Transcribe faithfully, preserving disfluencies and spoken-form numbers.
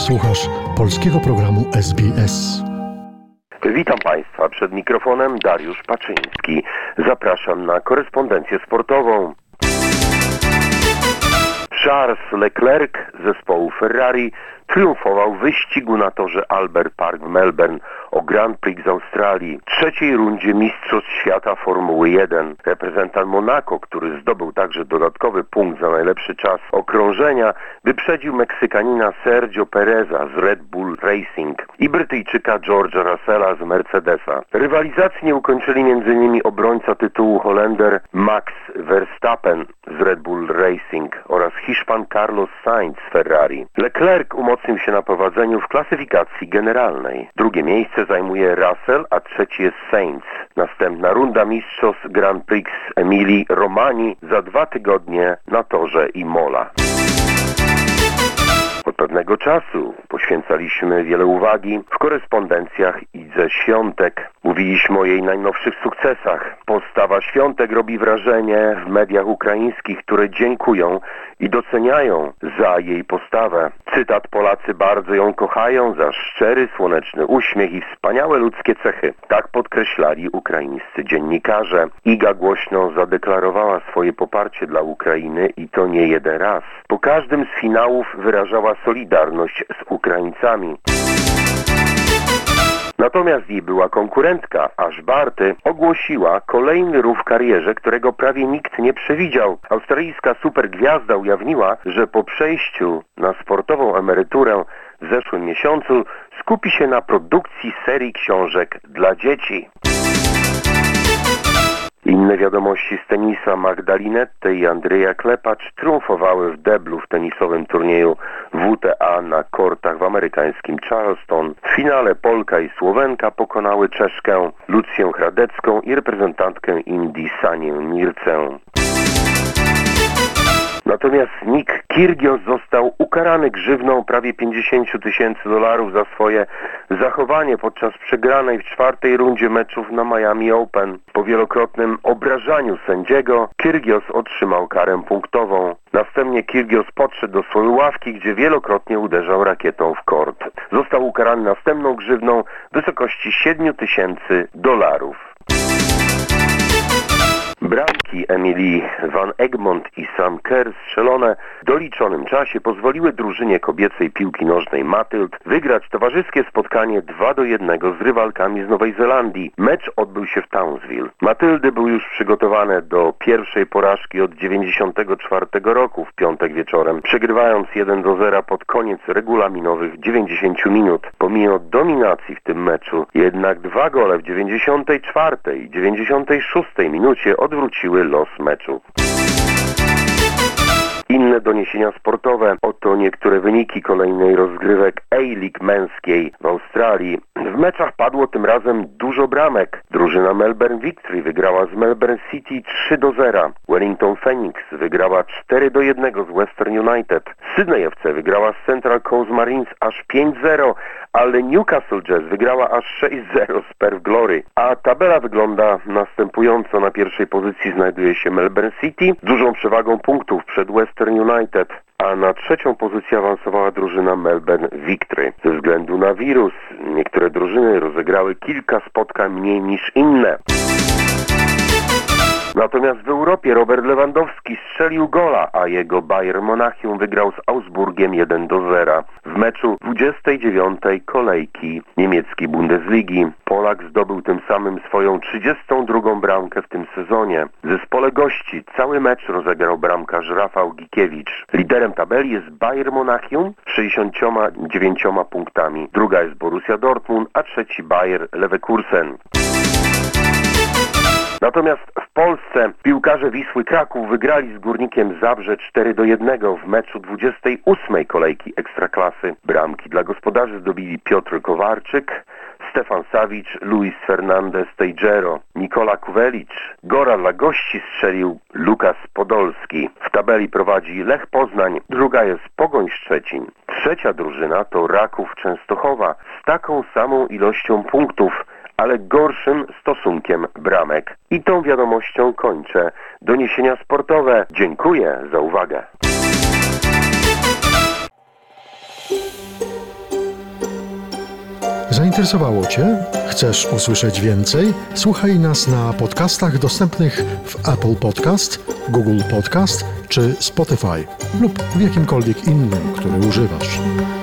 Słuchasz polskiego programu S B S. Witam Państwa, przed mikrofonem Dariusz Paczyński. Zapraszam na korespondencję sportową. Charles Leclerc z zespołu Ferrari triumfował w wyścigu na torze Albert Park w Melbourne o Grand Prix z Australii. W trzeciej rundzie Mistrzostw Świata Formuły jeden reprezentant Monaco, który zdobył także dodatkowy punkt za najlepszy czas okrążenia, wyprzedził Meksykanina Sergio Pereza z Red Bull Racing i Brytyjczyka George'a Russella z Mercedesa. Rywalizacji nie ukończyli między innymi obrońca tytułu Holender Max Verstappen z Red Bull Racing oraz Hiszpan Carlos Sainz z Ferrari. Leclerc umocnił się na prowadzeniu w klasyfikacji generalnej. Drugie miejsce zajmuje Russell, a trzeci jest Sainz. Następna runda mistrzostw Grand Prix Emilii Romani za dwa tygodnie na torze Imola. Od pewnego czasu poświęcaliśmy wiele uwagi w korespondencjach Idze Świątek. Mówiliśmy o jej najnowszych sukcesach. Postawa Świątek robi wrażenie w mediach ukraińskich, które dziękują i doceniają za jej postawę. Cytat: Polacy bardzo ją kochają za szczery, słoneczny uśmiech i wspaniałe ludzkie cechy. Tak podkreślali ukraińscy dziennikarze. Iga głośno zadeklarowała swoje poparcie dla Ukrainy i to nie jeden raz. Po każdym z finałów wyrażała solidarność z Ukraińcami. Natomiast jej była konkurentka, Ash Barty, ogłosiła kolejny rów w karierze, którego prawie nikt nie przewidział. Australijska supergwiazda ujawniła, że po przejściu na sportową emeryturę w zeszłym miesiącu skupi się na produkcji serii książek dla dzieci. Inne wiadomości z tenisa: Magdalinette i Andrzeja Klepacz triumfowały w deblu w tenisowym turnieju W T A na kortach w amerykańskim Charleston. W finale Polka i Słowenka pokonały Czeszkę Lucję Hradecką i reprezentantkę Indii Sanię Mircę. Natomiast Nick Kyrgios został ukarany grzywną prawie pięćdziesiąt tysięcy dolarów za swoje zachowanie podczas przegranej w czwartej rundzie meczów na Miami Open. Po wielokrotnym obrażaniu sędziego Kyrgios otrzymał karę punktową. Następnie Kyrgios podszedł do swojej ławki, gdzie wielokrotnie uderzał rakietą w kort. Został ukarany następną grzywną w wysokości siedem tysięcy dolarów. Bramki Emily Van Egmond i Sam Kerr strzelone w doliczonym czasie pozwoliły drużynie kobiecej piłki nożnej Matyld wygrać towarzyskie spotkanie dwa do jednego z rywalkami z Nowej Zelandii. Mecz odbył się w Townsville. Matyldy były już przygotowane do pierwszej porażki od dziewięćdziesiątego czwartego roku w piątek wieczorem, przegrywając jeden do zera pod koniec regulaminowych dziewięćdziesiąt minut. Pomimo dominacji w tym meczu, jednak dwa gole w dziewięćdziesiątej czwartej i dziewięćdziesiątej szóstej minucie odwróciły los meczu. Inne doniesienia sportowe. Oto niektóre wyniki kolejnej rozgrywek A-League męskiej w Australii. W meczach padło tym razem dużo bramek. Drużyna Melbourne Victory wygrała z Melbourne City trzy do zera. Wellington Phoenix wygrała cztery do jednego z Western United. Sydney F C wygrała z Central Coast Marines aż pięć zero, ale Newcastle Jazz wygrała aż sześć zero z Perth Glory. A tabela wygląda następująco. Na pierwszej pozycji znajduje się Melbourne City z dużą przewagą punktów przed Western United, a na trzecią pozycję awansowała drużyna Melbourne Victory. Ze względu na wirus niektóre drużyny rozegrały kilka spotkań mniej niż inne. Natomiast w Europie Robert Lewandowski strzelił gola, a jego Bayern Monachium wygrał z Augsburgiem jeden do zera. W meczu dwudziestej dziewiątej kolejki niemieckiej Bundesligi Polak zdobył tym samym swoją trzydziestą drugą bramkę w tym sezonie. W zespole gości cały mecz rozegrał bramkarz Rafał Gikiewicz. Liderem tabeli jest Bayern Monachium z sześćdziesięcioma dziewięcioma punktami. Druga jest Borussia Dortmund, a trzeci Bayer Leverkusen. Natomiast w Polsce piłkarze Wisły Kraków wygrali z Górnikiem Zabrze cztery do jednego w meczu dwudziestej ósmej kolejki Ekstraklasy. Bramki dla gospodarzy zdobili Piotr Kowarczyk, Stefan Sawicz, Luis Fernandez Tejero, Nikola Kuwelicz. Gola dla gości strzelił Lukas Podolski. W tabeli prowadzi Lech Poznań, druga jest Pogoń Szczecin. Trzecia drużyna to Raków Częstochowa z taką samą ilością punktów, ale gorszym stosunkiem bramek. I tą wiadomością kończę doniesienia sportowe. Dziękuję za uwagę. Zainteresowało Cię? Chcesz usłyszeć więcej? Słuchaj nas na podcastach dostępnych w Apple Podcast, Google Podcast czy Spotify lub w jakimkolwiek innym, który używasz.